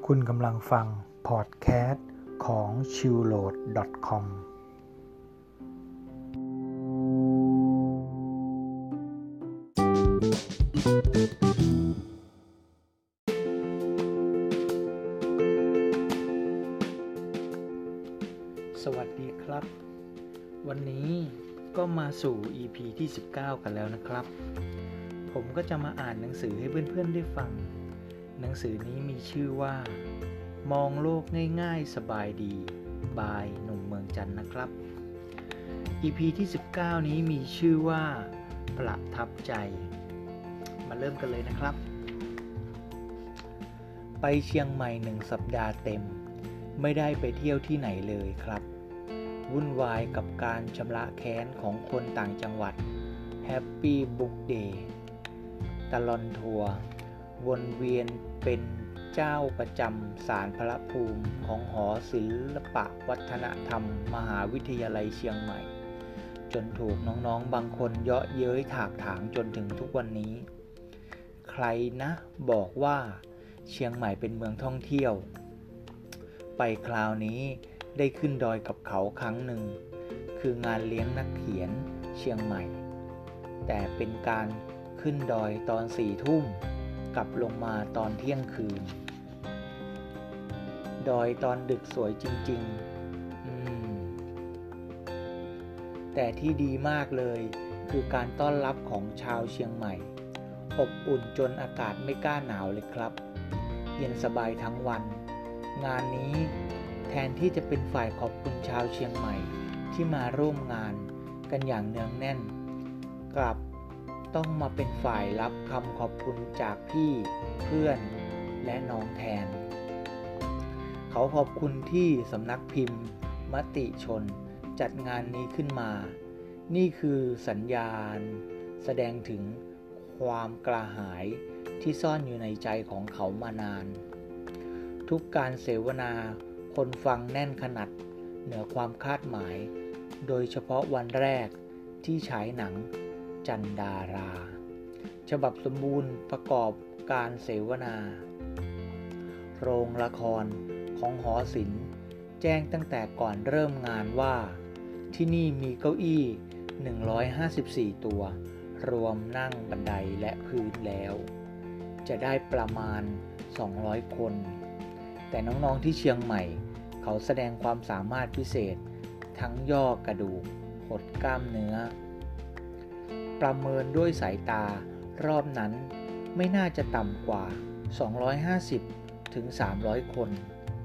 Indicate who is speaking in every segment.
Speaker 1: คุณกำลังฟังพอดแคสต์ของ chillload.com สวัสดีครับ วันนี้ก็มาสู่ EP ที่ 19 กันแล้วนะครับ ผมก็จะมาอ่านหนังสือให้เพื่อนๆได้ฟังหนังสือนี้มีชื่อว่ามองโลกง่ายๆสบายดีบายหนุ่มเมืองจันทร์นะครับ EP ที่ 19 นี้มีชื่อว่าประทับใจมาเริ่มกันเลยนะครับไปเชียงใหม่1 สัปดาห์เต็มไม่ได้ไปเที่ยวที่ไหนเลยครับวุ่นวายกับการชำระแค้นของคนต่างจังหวัด Happy Book Day ตลอดทัวร์วนเวียนเป็นเจ้าประจำศาลพระภูมิของหอศิลปวัฒนธรรมมหาวิทยาลัยเชียงใหม่จนถูกน้องๆบางคนเยาะเย้ยถากถางจนถึงทุกวันนี้ใครนะบอกว่าเชียงใหม่เป็นเมืองท่องเที่ยวไปคราวนี้ได้ขึ้นดอยกับเขาครั้งหนึ่งคืองานเลี้ยงนักเขียนเชียงใหม่แต่เป็นการขึ้นดอยตอน 4 ทุ่มกลับลงมาตอนเที่ยงคืนดอยตอนดึกสวยจริงๆแต่ที่ดีมากเลยคือการต้อนรับของชาวเชียงใหม่อบอุ่นจนอากาศไม่กล้าหนาวเลยครับเย็นสบายทั้งวันงานนี้แทนที่จะเป็นฝ่ายขอบคุณชาวเชียงใหม่ที่มาร่วมงานกันอย่างเนืองแน่นกลับต้องมาเป็นฝ่ายรับคำขอบคุณจากพี่เพื่อนและน้องแทนเขาขอบคุณที่สำนักพิมพ์มติชนจัดงานนี้ขึ้นมานี่คือสัญญาณแสดงถึงความกระหายที่ซ่อนอยู่ในใจของเขามานานทุกการเสวนาคนฟังแน่นขนาดเหนือความคาดหมายโดยเฉพาะวันแรกที่ฉายหนังจันดาราฉบับสมบูรณ์ประกอบการเสวนาโรงละครของหอศิลป์แจ้งตั้งแต่ก่อนเริ่มงานว่าที่นี่มีเก้าอี้154ตัวรวมนั่งบันไดและพื้นแล้วจะได้ประมาณ200คนแต่น้องๆที่เชียงใหม่เขาแสดงความสามารถพิเศษทั้งย่อกระดูกหดกล้ามเนื้อประเมินด้วยสายตารอบนั้นไม่น่าจะต่ำกว่า250ถึง300คน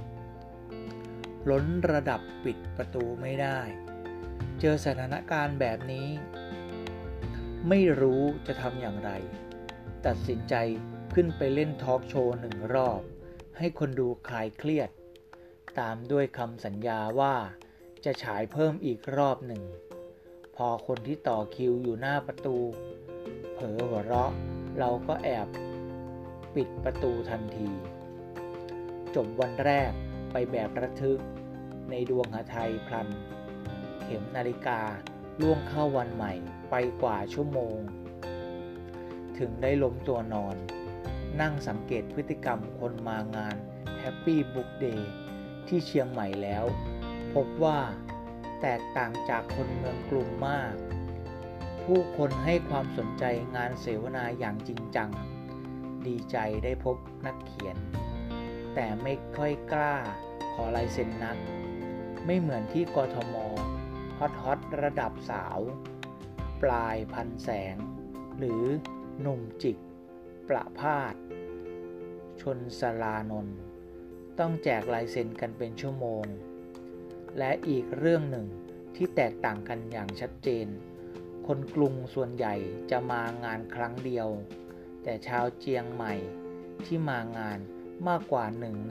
Speaker 1: ล้นระดับปิดประตูไม่ได้เจอสถานการณ์แบบนี้ไม่รู้จะทำอย่างไรตัดสินใจขึ้นไปเล่นทอล์กโชว์1 รอบให้คนดูคลายเครียดตามด้วยคำสัญญาว่าจะฉายเพิ่มอีกรอบหนึ่งพอคนที่ต่อคิวอยู่หน้าประตูเผลอหัวเราะเราก็แอบปิดประตูทันทีจบวันแรกไปแบบระทึกในดวงหทัยพลันเข็มนาฬิกาล่วงเข้าวันใหม่ไปกว่าชั่วโมงถึงได้ล้มตัวนอนนั่งสังเกตพฤติกรรมคนมางาน Happy Book Day ที่เชียงใหม่แล้วพบว่าแตกต่างจากคนเมืองกรุงมากผู้คนให้ความสนใจงานเสวนาอย่างจริงจังดีใจได้พบนักเขียนแต่ไม่ค่อยกล้าขอลายเซ็นนักไม่เหมือนที่กทมฮอตระดับสาวปลายพันแสงหรือหนุ่มจิกประพาสชนสลานนท์ต้องแจกลายเซ็นกันเป็นชั่วโมงและอีกเรื่องหนึ่งที่แตกต่างกันอย่างชัดเจนคนกรุงส่วนใหญ่จะมางานครั้งเดียวแต่ชาวเชียงใหม่ที่มางานมากกว่า1 ใน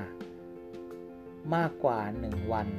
Speaker 1: 5มากกว่า1 วัน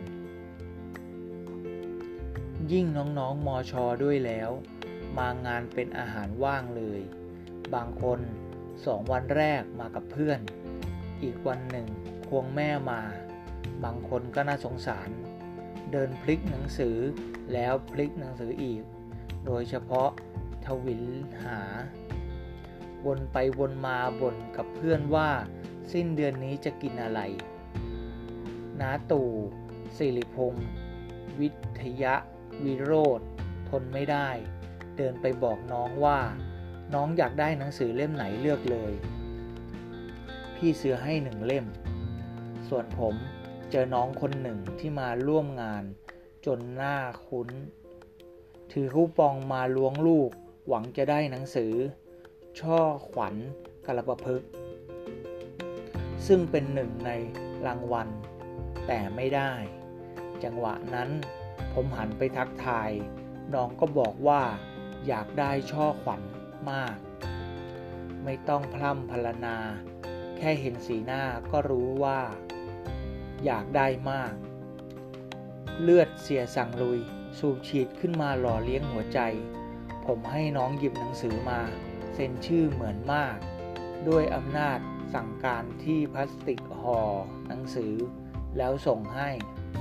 Speaker 1: ยิ่งน้องๆมช.ด้วยแล้วมางานเป็นอาหารว่างเลยบางคน2 วันแรกมากับเพื่อนอีกวันหนึ่งควงแม่มาบางคนก็น่าสงสารเดินพลิกหนังสือแล้วพลิกหนังสืออีกโดยเฉพาะทวินหาวนไปวนมาบ่นกับเพื่อนว่าสิ้นเดือนนี้จะกินอะไรน้าตู่สิริพงษ์วิทยวิโรธทนไม่ได้เดินไปบอกน้องว่าน้องอยากได้หนังสือเล่มไหนเลือกเลยพี่ซื้อให้1 เล่มส่วนผมเจอน้องคนหนึ่งที่มาร่วมงานจนหน้าคุ้นถือคูปองมาล้วงลูกหวังจะได้หนังสือช่อขวัญกระประพฤกษ์ซึ่งเป็น1 ในรางวัลแต่ไม่ได้จังหวะนั้นผมหันไปทักทายน้องก็บอกว่าอยากได้ช่อขวัญมากไม่ต้องพร่ำพรรณนาแค่เห็นสีหน้าก็รู้ว่าอยากได้มากเลือดเสียสั่งลุยสูบฉีดขึ้นมาหล่อเลี้ยงหัวใจผมให้น้องหยิบหนังสือมาเซ็นชื่อเหมือนมากด้วยอำนาจสั่งการที่พลาสติกห่อหนังสือแล้วส่งให้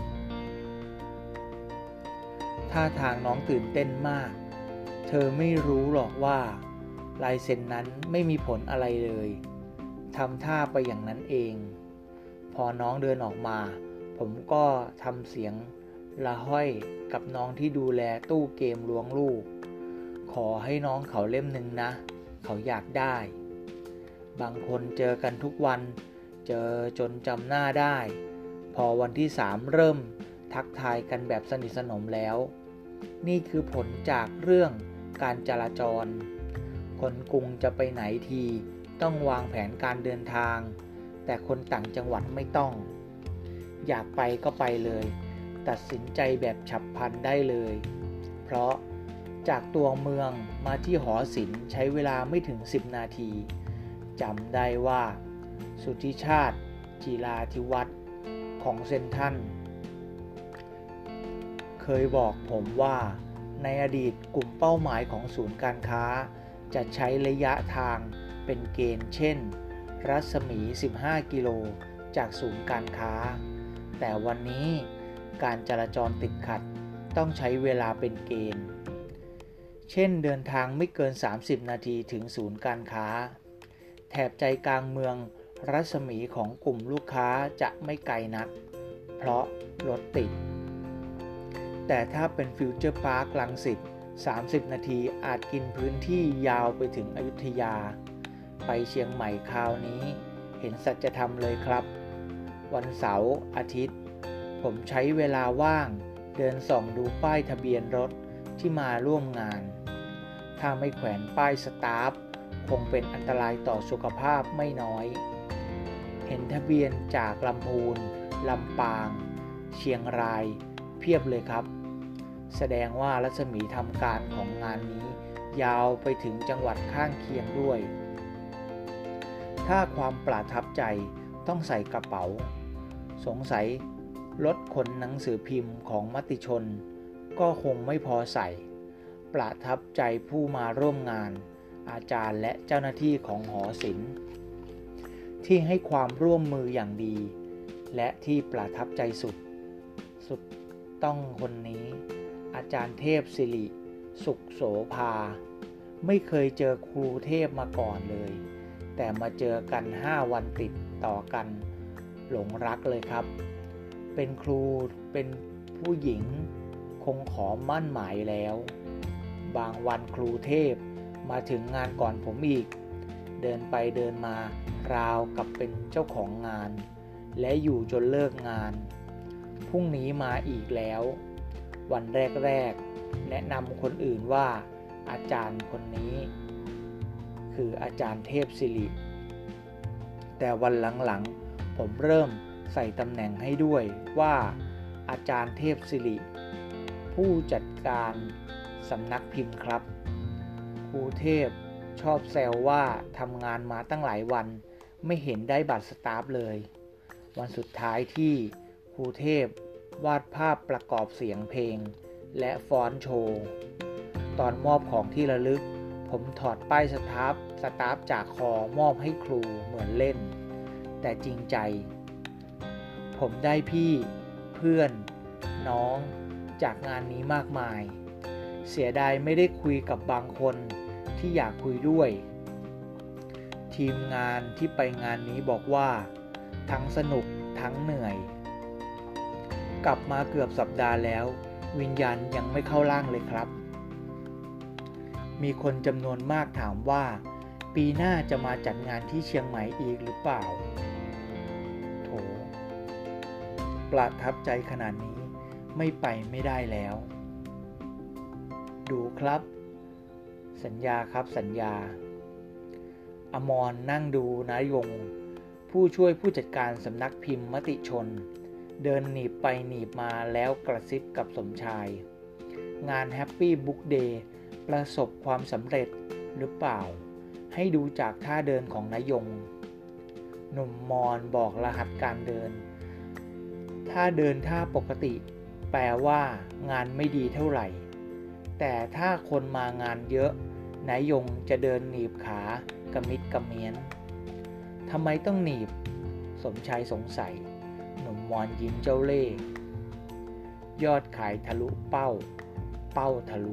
Speaker 1: ท่าทางน้องตื่นเต้นมากเธอไม่รู้หรอกว่าลายเซ็นนั้นไม่มีผลอะไรเลยทำท่าไปอย่างนั้นเองพอน้องเดินออกมาผมก็ทำเสียงละห้อยกับน้องที่ดูแลตู้เกมล้วงลูกขอให้น้องเขาเล่มหนึ่งนะเขาอยากได้บางคนเจอกันทุกวันเจอจนจำหน้าได้พอวันที่3เริ่มทักทายกันแบบสนิทสนมแล้วนี่คือผลจากเรื่องการจราจรคนกรุงจะไปไหนทีต้องวางแผนการเดินทางแต่คนต่างจังหวัดไม่ต้องอยากไปก็ไปเลยตัดสินใจแบบฉับพลันได้เลยเพราะจากตัวเมืองมาที่หอศิลป์ใช้เวลาไม่ถึง10 นาทีจำได้ว่าสุทธิชาติจิราธิวัฒน์ของเซ็นทรัลเคยบอกผมว่าในอดีตกลุ่มเป้าหมายของศูนย์การค้าจะใช้ระยะทางเป็นเกณฑ์เช่นรัศมี15 กิโลจากศูนย์การค้าแต่วันนี้การจราจรติดขัดต้องใช้เวลาเป็นเกณฑ์เช่นเดินทางไม่เกิน30 นาทีถึงศูนย์การค้าแถบใจกลางเมืองรัศมีของกลุ่มลูกค้าจะไม่ไกลนักเพราะรถติดแต่ถ้าเป็นฟิวเจอร์พาร์ครังสิต30 นาทีอาจกินพื้นที่ยาวไปถึงอยุธยาไปเชียงใหม่คราวนี้เห็นสัจธรรมเลยครับวันเสาร์อาทิตย์ผมใช้เวลาว่างเดินส่องดูป้ายทะเบียนรถที่มาร่วมงานถ้าไม่แขวนป้ายสตาฟคงเป็นอันตรายต่อสุขภาพไม่น้อยเห็นทะเบียนจากลำพูนลำปางเชียงรายเพียบเลยครับแสดงว่ารัศมีทำการของงานนี้ยาวไปถึงจังหวัดข้างเคียงด้วยถ้าความประทับใจต้องใส่กระเป๋าสงสัยรถขนหนังสือพิมพ์ของมติชนก็คงไม่พอใส่ประทับใจผู้มาร่วมงานอาจารย์และเจ้าหน้าที่ของหอศิลป์ที่ให้ความร่วมมืออย่างดีและที่ประทับใจสุดต้องคนนี้อาจารย์เทพศิริสุขโสภาไม่เคยเจอครูเทพมาก่อนเลยแต่มาเจอกัน5 วันติดต่อกันหลงรักเลยครับเป็นครูเป็นผู้หญิงคงขอมั่นหมายแล้วบางวันครูเทพมาถึงงานก่อนผมอีกเดินไปเดินมาราวกับเป็นเจ้าของงานและอยู่จนเลิกงานพรุ่งนี้มาอีกแล้ววันแรกแนะนำคนอื่นว่าอาจารย์คนนี้คืออาจารย์เทพศิริแต่วันหลังๆผมเริ่มใส่ตำแหน่งให้ด้วยว่าอาจารย์เทพศิริผู้จัดการสำนักพิมพ์ครับครูเทพชอบแซวว่าทำงานมาตั้งหลายวันไม่เห็นได้บัตรสตาฟเลยวันสุดท้ายที่ครูเทพวาดภาพประกอบเสียงเพลงและฟ้อนโชว์ตอนมอบของที่ระลึกผมถอดป้ายสตาฟจากคอมอบให้ครูเหมือนเล่นแต่จริงใจผมได้พี่เพื่อนน้องจากงานนี้มากมายเสียดายไม่ได้คุยกับบางคนที่อยากคุยด้วยททีมงานที่ไปงานนี้บอกว่าทั้งสนุกทั้งเหนื่อยกลับมาเกือบสัปดาห์แล้ววิญญาณยังไม่เข้าร่างเลยครับมีคนจำนวนมากถามว่าปีหน้าจะมาจัดงานที่เชียงใหม่อีกหรือเปล่าโถประทับใจขนาดนี้ไม่ไปไม่ได้แล้วดูครับสัญญาครับสัญญาอมรนั่งดูนายงผู้ช่วยผู้จัดการสำนักพิมพ์มติชนเดินหนีบไปหนีบมาแล้วกระซิบกับสมชายงานแฮปปี้บุ๊กเดย์ประสบความสำเร็จหรือเปล่าให้ดูจากท่าเดินของนายงหนุ่มมอนบอกรหัสการเดินถ้าเดินท่าปกติแปลว่างานไม่ดีเท่าไหร่แต่ถ้าคนมางานเยอะนายงจะเดินหนีบขากระมิดกระเมียนทำไมต้องหนีบสมชายสงสัยหนุ่มมอนยิ้มเจ้าเล่ห์ยอดขายทะลุเป้าทะลุ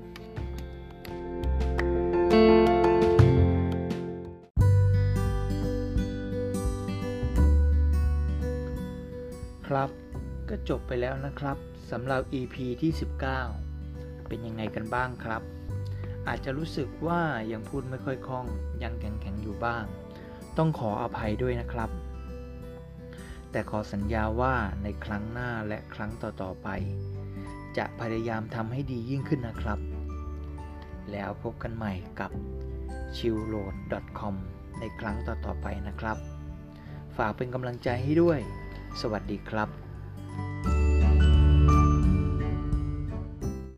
Speaker 1: ครับก็จบไปแล้วนะครับสำหรับ EP ที่ 19เป็นยังไงกันบ้างครับอาจจะรู้สึกว่ายังพูดไม่ค่อยคล่องยังแข็งๆอยู่บ้างต้องขออภัยด้วยนะครับแต่ขอสัญญาว่าในครั้งหน้าและครั้งต่อๆไปจะพยายามทำให้ดียิ่งขึ้นนะครับแล้วพบกันใหม่กับ chillroad.com ในครั้งต่อๆไปนะครับฝากเป็นกำลังใจให้ด้วยสวัสดีครับ